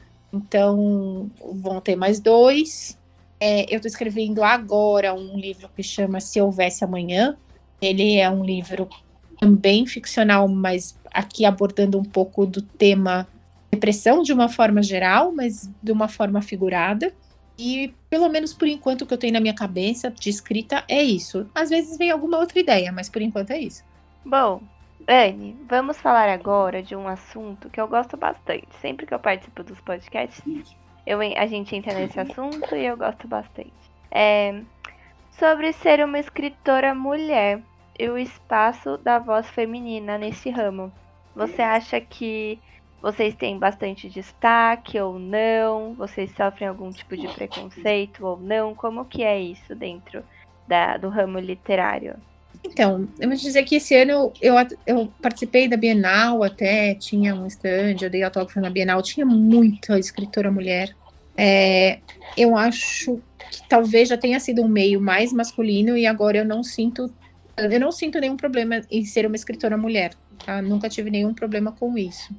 então vão ter mais dois. É, eu tô escrevendo agora um livro que chama Se Houvesse Amanhã. Ele é um livro também ficcional, mas aqui abordando um pouco do tema depressão de uma forma geral, mas de uma forma figurada. E, pelo menos por enquanto, o que eu tenho na minha cabeça de escrita é isso. Às vezes vem alguma outra ideia, mas por enquanto é isso. Bom, Anne, vamos falar agora de um assunto que eu gosto bastante. Sempre que eu participo dos podcasts, eu, a gente entra nesse assunto e eu gosto bastante. É... sobre ser uma escritora mulher e o espaço da voz feminina nesse ramo. Você acha que vocês têm bastante destaque ou não? Vocês sofrem algum tipo de preconceito ou não? Como que é isso dentro da, do ramo literário? Então, eu vou dizer que esse ano eu, eu, eu participei da Bienal até, tinha um stand, eu dei autógrafo na Bienal, tinha muita escritora mulher. É, eu acho que talvez já tenha sido um meio mais masculino e agora eu não sinto eu não sinto nenhum problema em ser uma escritora mulher, tá? Nunca tive nenhum problema com isso.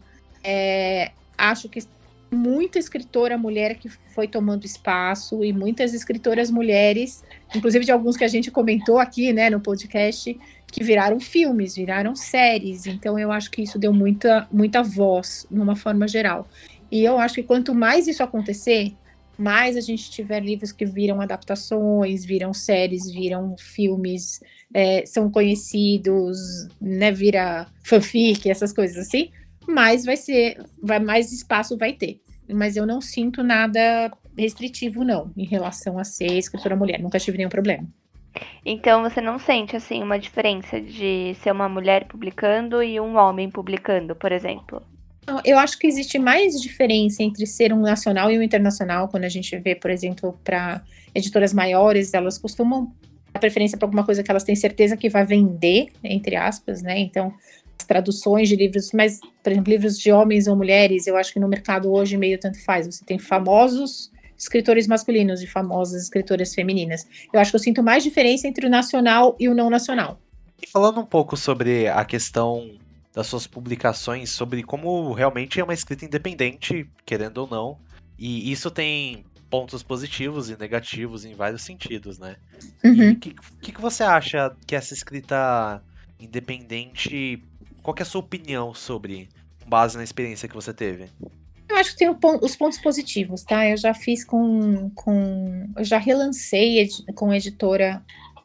É, acho que muita escritora mulher que foi tomando espaço e muitas escritoras mulheres, inclusive de alguns que a gente comentou aqui, né, no podcast, que viraram filmes, viraram séries. Então eu acho que isso deu muita, muita voz, numa forma geral. E eu acho que quanto mais isso acontecer, mais a gente tiver livros que viram adaptações, viram séries, viram filmes, é, são conhecidos, né, vira fanfic, essas coisas assim, mais vai ser, vai, mais espaço vai ter. Mas eu não sinto nada restritivo, não, em relação a ser escritora mulher. Nunca tive nenhum problema. Então você não sente, assim, uma diferença de ser uma mulher publicando e um homem publicando, por exemplo? Eu acho que existe mais diferença entre ser um nacional e um internacional, quando a gente vê, por exemplo, para editoras maiores, elas costumam dar preferência para alguma coisa que elas têm certeza que vai vender, entre aspas, né? Então, as traduções de livros, mas, por exemplo, livros de homens ou mulheres, eu acho que no mercado hoje meio tanto faz. Você tem famosos escritores masculinos e famosas escritoras femininas. Eu acho que eu sinto mais diferença entre o nacional e o não nacional. E falando um pouco sobre a questão das suas publicações, sobre como realmente é uma escrita independente, querendo ou não, e isso tem pontos positivos e negativos em vários sentidos, né? E o Uhum. que, que, que você acha que essa escrita independente, qual que é a sua opinião sobre, com base na experiência que você teve? Eu acho que tem o pon- os pontos positivos, tá? Eu já fiz com. com eu já relancei edi- com editora,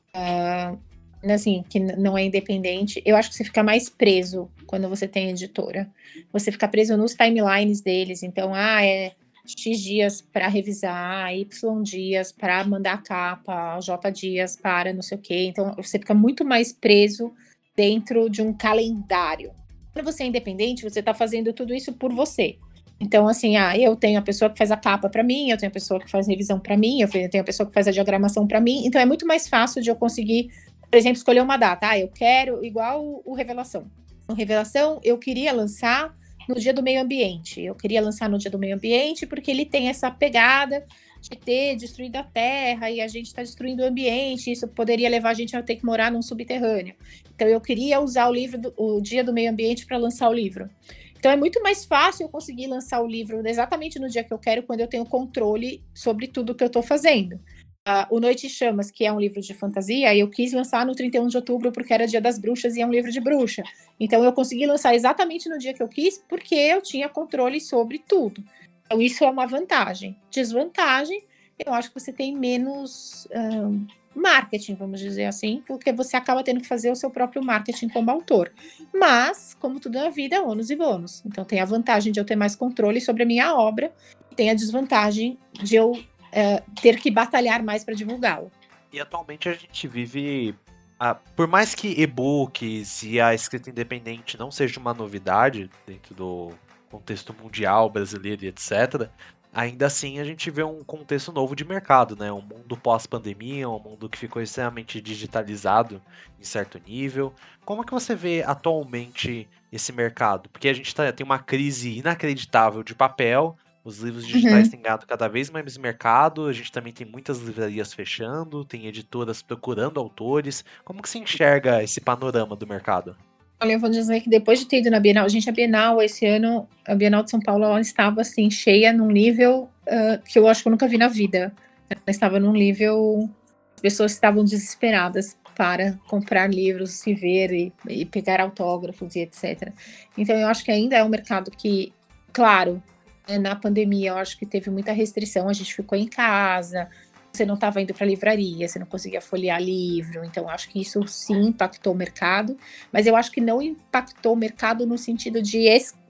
ah, assim, que n- não é independente. Eu acho que você fica mais preso quando você tem editora. Você fica preso nos timelines deles. Então, ah, é X dias para revisar, Y dias para mandar a capa, J dias para não sei o quê. Então, você fica muito mais preso dentro de um calendário. Quando você é independente, você está fazendo tudo isso por você. Então, assim, ah, eu tenho a pessoa que faz a capa para mim, eu tenho a pessoa que faz revisão para mim, eu tenho a pessoa que faz a diagramação para mim. Então, é muito mais fácil de eu conseguir, por exemplo, escolher uma data. Ah, eu quero igual o, o Revelação. O Revelação, eu queria lançar no Dia do Meio Ambiente. Eu queria lançar no Dia do Meio Ambiente porque ele tem essa pegada de ter destruído a Terra e a gente está destruindo o ambiente. Isso poderia levar a gente a ter que morar num subterrâneo. Então, eu queria usar o livro, do, o Dia do Meio Ambiente para lançar o livro. Então é muito mais fácil eu conseguir lançar o livro exatamente no dia que eu quero, quando eu tenho controle sobre tudo que eu estou fazendo. Uh, o Noite em Chamas, que é um livro de fantasia, eu quis lançar no trinta e um de outubro porque era Dia das Bruxas e é um livro de bruxa. Então eu consegui lançar exatamente no dia que eu quis porque eu tinha controle sobre tudo. Então isso é uma vantagem. Desvantagem, eu acho que você tem menos uh, marketing, vamos dizer assim, porque você acaba tendo que fazer o seu próprio marketing como autor. Mas, como tudo na vida, ônus e bônus. Então tem a vantagem de eu ter mais controle sobre a minha obra, e tem a desvantagem de eu uh, ter que batalhar mais para divulgá-lo. E atualmente a gente vive, ah, por mais que e-books e a escrita independente não seja uma novidade dentro do contexto mundial, brasileiro e etcétera, ainda assim a gente vê um contexto novo de mercado, né? Um mundo pós-pandemia, um mundo que ficou extremamente digitalizado em certo nível. Como é que você vê atualmente esse mercado? Porque a gente tá, tem uma crise inacreditável de papel, os livros digitais Uhum. têm ganhado cada vez mais mercado, a gente também tem muitas livrarias fechando, tem editoras procurando autores. Como que se enxerga esse panorama do mercado? Olha, eu vou dizer que depois de ter ido na Bienal, gente, a Bienal esse ano, a Bienal de São Paulo, ela estava assim, cheia num nível uh, que eu acho que eu nunca vi na vida. Ela estava num nível, as pessoas estavam desesperadas para comprar livros, se ver e, e pegar autógrafos e etcétera. Então eu acho que ainda é um mercado que, claro, né, na pandemia eu acho que teve muita restrição, a gente ficou em casa, você não estava indo para a livraria, você não conseguia folhear livro, então acho que isso sim impactou o mercado, mas eu acho que não impactou o mercado no sentido de,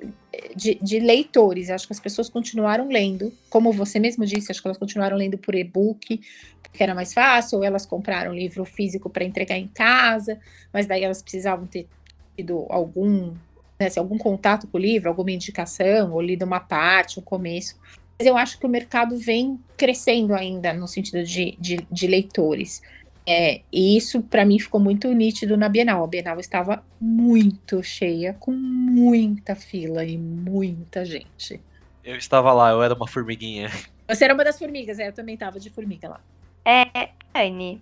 de, de leitores, acho que as pessoas continuaram lendo, como você mesmo disse, acho que elas continuaram lendo por e-book, porque era mais fácil, ou elas compraram livro físico para entregar em casa, mas daí elas precisavam ter tido algum, né, assim, algum contato com o livro, alguma indicação, ou lido uma parte, o começo. Mas eu acho que o mercado vem crescendo ainda no sentido de, de, de leitores. É, e isso, para mim, ficou muito nítido na Bienal. A Bienal estava muito cheia, com muita fila e muita gente. Eu estava lá, eu era uma formiguinha. Você era uma das formigas, é, eu também estava de formiga lá. É, Anne,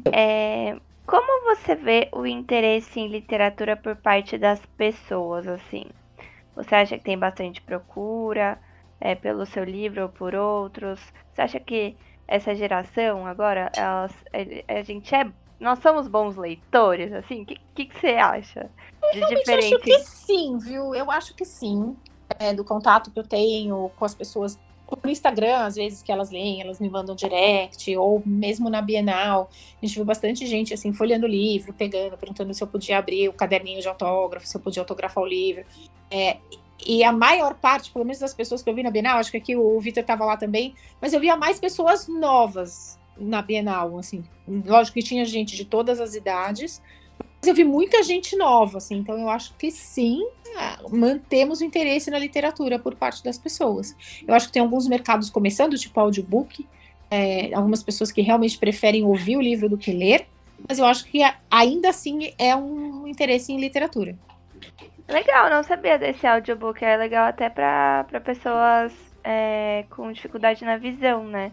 é, como você vê o interesse em literatura por parte das pessoas, assim? Você acha que tem bastante procura? É, pelo seu livro ou por outros? Você acha que essa geração agora, elas, a, a gente é, nós somos bons leitores, assim? O que, que, que você acha de Eu diferente? acho que sim, viu? Eu acho que sim. É, do contato que eu tenho com as pessoas por Instagram, às vezes que elas leem, elas me mandam direct, ou mesmo na Bienal, a gente viu bastante gente assim, folheando o livro, pegando, perguntando se eu podia abrir o caderninho de autógrafo, se eu podia autografar o livro. É, e a maior parte, pelo menos das pessoas que eu vi na Bienal, acho que aqui o Vitor estava lá também, mas eu via mais pessoas novas na Bienal, assim. Lógico que tinha gente de todas as idades, mas eu vi muita gente nova, assim, então eu acho que sim, mantemos o interesse na literatura por parte das pessoas. Eu acho que tem alguns mercados começando, tipo audiobook, é, algumas pessoas que realmente preferem ouvir o livro do que ler, mas eu acho que ainda assim é um interesse em literatura. Legal, não sabia desse audiobook. É legal até para pessoas é, com dificuldade na visão, né?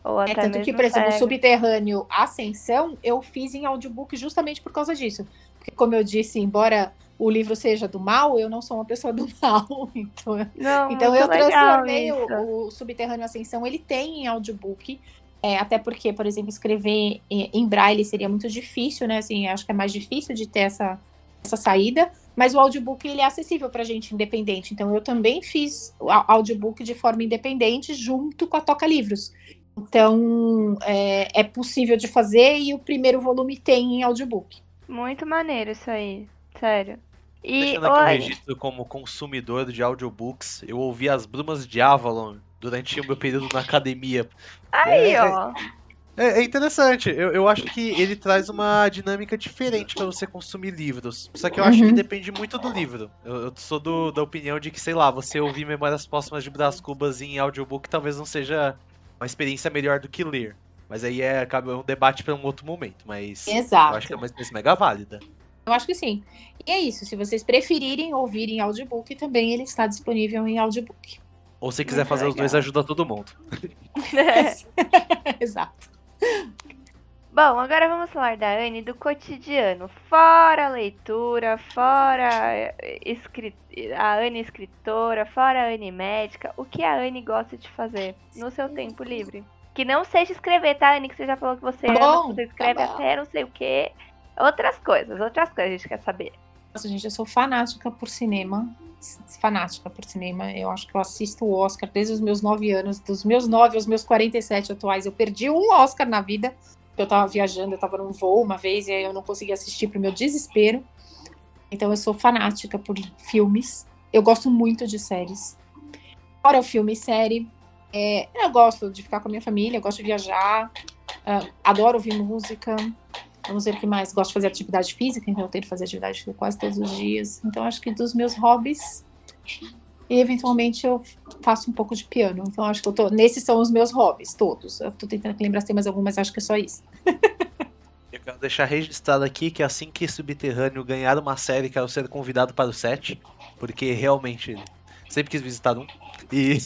Ou É, até tanto que, mesmo por exemplo, o cego. Subterrâneo Ascensão, eu fiz em audiobook justamente por causa disso. Porque, como eu disse, embora o livro seja do mal, eu não sou uma pessoa do mal. Então, Não, então muito eu legal transformei isso. o, o Subterrâneo Ascensão, ele tem em audiobook. É, até porque, por exemplo, escrever em, em braille seria muito difícil, né? Assim, acho que é mais difícil de ter essa, essa saída. Mas o audiobook, ele é acessível pra gente, independente. Então, eu também fiz o a- audiobook de forma independente, junto com a Toca Livros. Então, é, é possível de fazer e o primeiro volume tem em audiobook. Muito maneiro isso aí, sério. E Deixando aqui um olha, registro como consumidor de audiobooks, eu ouvi As Brumas de Avalon durante o meu período na academia. aí, É, é, ó. é- é interessante, eu, eu acho que ele traz uma dinâmica diferente para você consumir livros. Só que eu acho que Uhum. depende muito do livro. Eu, eu sou do- da opinião de que, sei lá, você ouvir Memórias Póstumas de Brás Cubas em audiobook talvez não seja uma experiência melhor do que ler. Mas aí é, acaba- é um debate para um outro momento. Mas eu acho que é Exato. uma experiência mega válida. Eu acho que sim. E é isso. Se vocês preferirem ouvir em audiobook, também ele está disponível em audiobook. Ou se quiser Muito fazer os dois, legal. ajuda todo mundo. Exato. Bom, agora vamos falar da Anne do cotidiano. Fora a leitura, fora escri- a Anne escritora, fora a Anne médica. O que a Anne gosta de fazer no seu tempo livre? Que não seja escrever, tá, Anne? Que você já falou que você Tá ama, bom, que você escreve tá bom. até não sei o quê. Outras coisas, outras coisas a gente quer saber. Nossa, gente, eu sou fanática por cinema. Fanática por cinema. Eu acho que eu assisto o Oscar desde os meus nove anos. Dos meus nove aos meus quarenta e sete atuais. Eu perdi um Oscar na vida. Eu tava viajando, eu tava num voo uma vez e aí eu não consegui assistir pro meu desespero. Então eu sou fanática por filmes. Eu gosto muito de séries. Fora o filme e série, é, eu gosto de ficar com a minha família, eu gosto de viajar, uh, adoro ouvir música. Vamos ver o que mais. Gosto de fazer atividade física, então eu tento fazer atividade física quase todos os dias. Então acho que dos meus hobbies, e eventualmente eu faço um pouco de piano. Então acho que eu tô. Nesses são os meus hobbies, todos. Eu tô tentando lembrar se tem mais algum, mas acho que é só isso. Eu quero deixar registrado aqui que assim que Subterrâneo ganhar uma série, quero ser convidado para o set. Porque realmente sempre quis visitar um. E.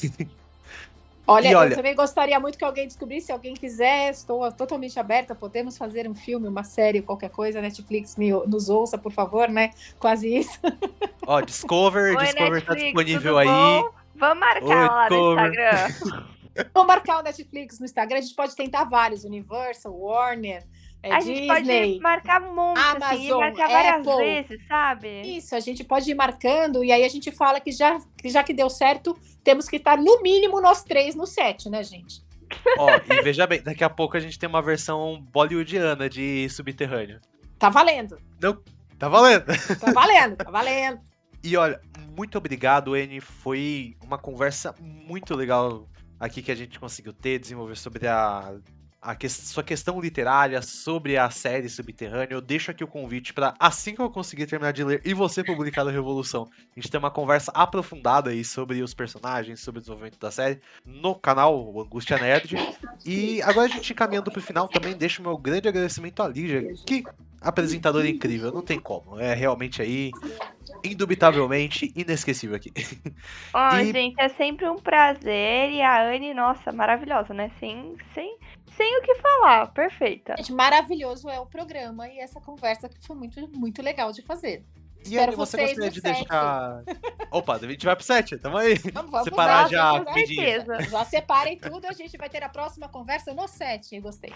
Olha, E olha- eu também gostaria muito que alguém descobrisse. Se alguém quiser, estou totalmente aberta. Podemos fazer um filme, uma série, qualquer coisa. Netflix me, nos ouça, por favor, né? Quase isso. Ó, Discover, Oi, Discover tá Netflix, disponível tudo aí. bom? Vamos marcar Oi, lá no Discover. Instagram. Vamos marcar o Netflix no Instagram. A gente pode tentar vários: Universal, Warner, é, A gente Disney. pode marcar um monte, assim, e Amazon, marcar várias Apple. vezes, sabe? Isso, a gente pode ir marcando e aí a gente fala que já que, já que deu certo, temos que estar no mínimo nós três no set, né, gente? Ó, e veja bem, daqui a pouco a gente tem uma versão bollywoodiana de Subterrâneo. Tá valendo, Não, tá valendo. tá valendo, tá valendo. E olha, muito obrigado, N. Foi uma conversa muito legal aqui que a gente conseguiu ter, desenvolver sobre a, a que, sua questão literária, sobre a série Subterrâneo. Eu deixo aqui o convite para assim que eu conseguir terminar de ler e você publicar a Revolução, a gente ter uma conversa aprofundada aí sobre os personagens, sobre o desenvolvimento da série no canal o Angústia Nerd. E agora a gente caminhando pro final, também deixo o meu grande agradecimento à Lígia, que apresentadora incrível, não tem como. É realmente aí, indubitavelmente, inesquecível aqui. Ó, E- gente, é sempre um prazer. E a Anne, nossa, maravilhosa, né? Sem, sem, sem o que falar, perfeita. Gente, maravilhoso é o programa e essa conversa que foi muito, muito legal de fazer. E Espero aí, você vocês gostaria no de set. deixar. Opa, a gente vai pro set, tamo aí. Vamos, vamos Separar lá, já vamos a lá. comidinha. certeza. Já separem tudo, a gente vai ter a próxima conversa no set. Gostei.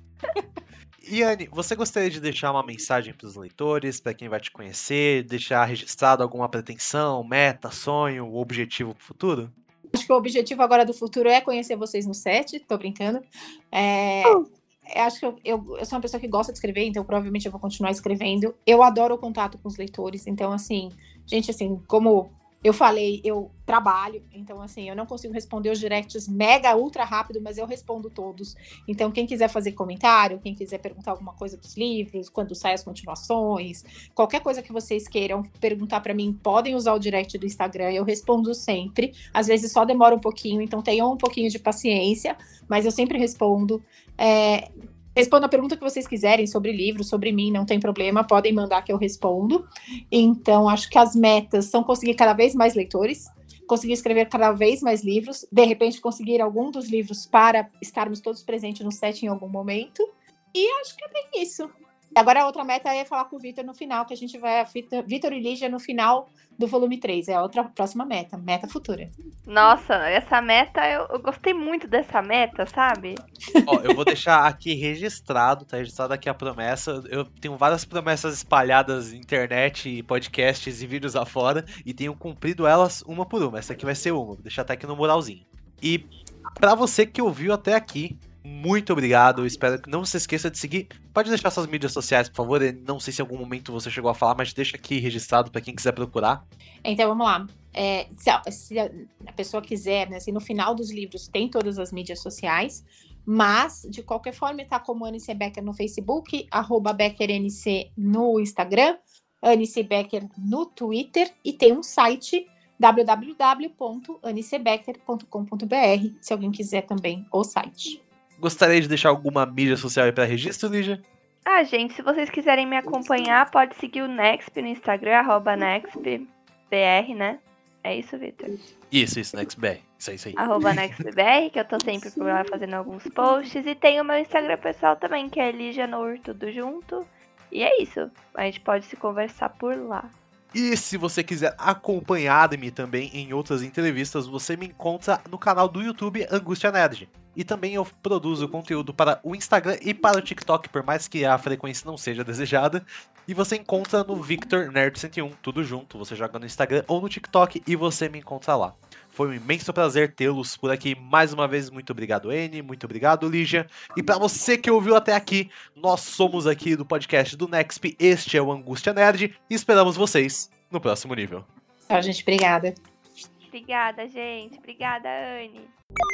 E Anne, você gostaria de deixar uma mensagem pros leitores, pra quem vai te conhecer, deixar registrado alguma pretensão, meta, sonho, objetivo pro futuro? Acho que o objetivo agora do futuro é conhecer vocês no set, tô brincando. É, eu acho que eu, eu, eu sou uma pessoa que gosta de escrever, então provavelmente eu vou continuar escrevendo. Eu adoro o contato com os leitores, então assim, gente, assim, como eu falei, eu trabalho, então assim, eu não consigo responder os directs mega, ultra rápido, mas eu respondo todos. Então quem quiser fazer comentário, quem quiser perguntar alguma coisa dos livros, quando saem as continuações, qualquer coisa que vocês queiram perguntar para mim, podem usar o direct do Instagram, eu respondo sempre. Às vezes só demora um pouquinho, então tenham um pouquinho de paciência, mas eu sempre respondo. É, respondo a pergunta que vocês quiserem sobre livro, sobre mim, não tem problema, podem mandar que eu respondo. Então, acho que as metas são conseguir cada vez mais leitores, conseguir escrever cada vez mais livros, de repente conseguir algum dos livros para estarmos todos presentes no set em algum momento. E acho que é bem isso. Agora a outra meta é falar com o Vitor no final, que a gente vai, Vitor e Lígia no final do volume três, é a outra próxima meta, meta futura. Nossa, essa meta, eu, eu gostei muito dessa meta, sabe? Ó, eu vou deixar aqui registrado, tá registrado aqui a promessa. Eu tenho várias promessas espalhadas na internet, podcasts e vídeos afora, e tenho cumprido elas uma por uma. Essa aqui vai ser uma, vou deixar até aqui no muralzinho. E pra você que ouviu até aqui, muito obrigado, eu espero que não se esqueça de seguir. Pode deixar suas mídias sociais, por favor. Eu não sei se em algum momento você chegou a falar, mas deixa aqui registrado para quem quiser procurar. Então vamos lá. É, se, a, se a pessoa quiser, né, assim, no final dos livros tem todas as mídias sociais, mas de qualquer forma tá como Anice Becker no Facebook, arroba BeckerNC no Instagram, Anice Becker no Twitter, e tem um site w w w ponto anice becker ponto com ponto b r, se alguém quiser também o site. Gostaria de deixar alguma mídia social aí para registro, Lígia? Ah, gente, se vocês quiserem me acompanhar, pode seguir o Nexp no Instagram, arroba NexpBR, né? É isso, Vitor? Isso, isso, NextBR. Isso aí, isso aí. Arroba NextBR, que eu tô sempre por lá fazendo alguns posts. E tem o meu Instagram pessoal também, que é Lígia Nour, tudo junto. E é isso. A gente pode se conversar por lá. E se você quiser acompanhar-me também em outras entrevistas, você me encontra no canal do YouTube Angústia Nerd. E também eu produzo conteúdo para o Instagram e para o TikTok, por mais que a frequência não seja desejada. E você encontra no Victor Nerd cento e um, tudo junto. Você joga no Instagram ou no TikTok e você me encontra lá. Foi um imenso prazer tê-los por aqui mais uma vez. Muito obrigado, N. Muito obrigado, Lígia. E para você que ouviu até aqui, nós somos aqui do podcast do Nexp. Este é o Angústia Nerd e esperamos vocês no próximo nível. Tchau, gente. Obrigada. Obrigada, gente. Obrigada, Anne.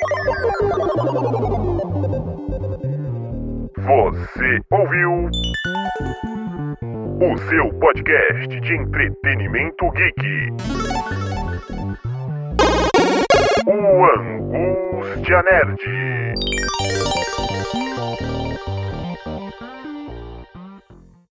Você ouviu o seu podcast de entretenimento geek, o Angústia Nerd.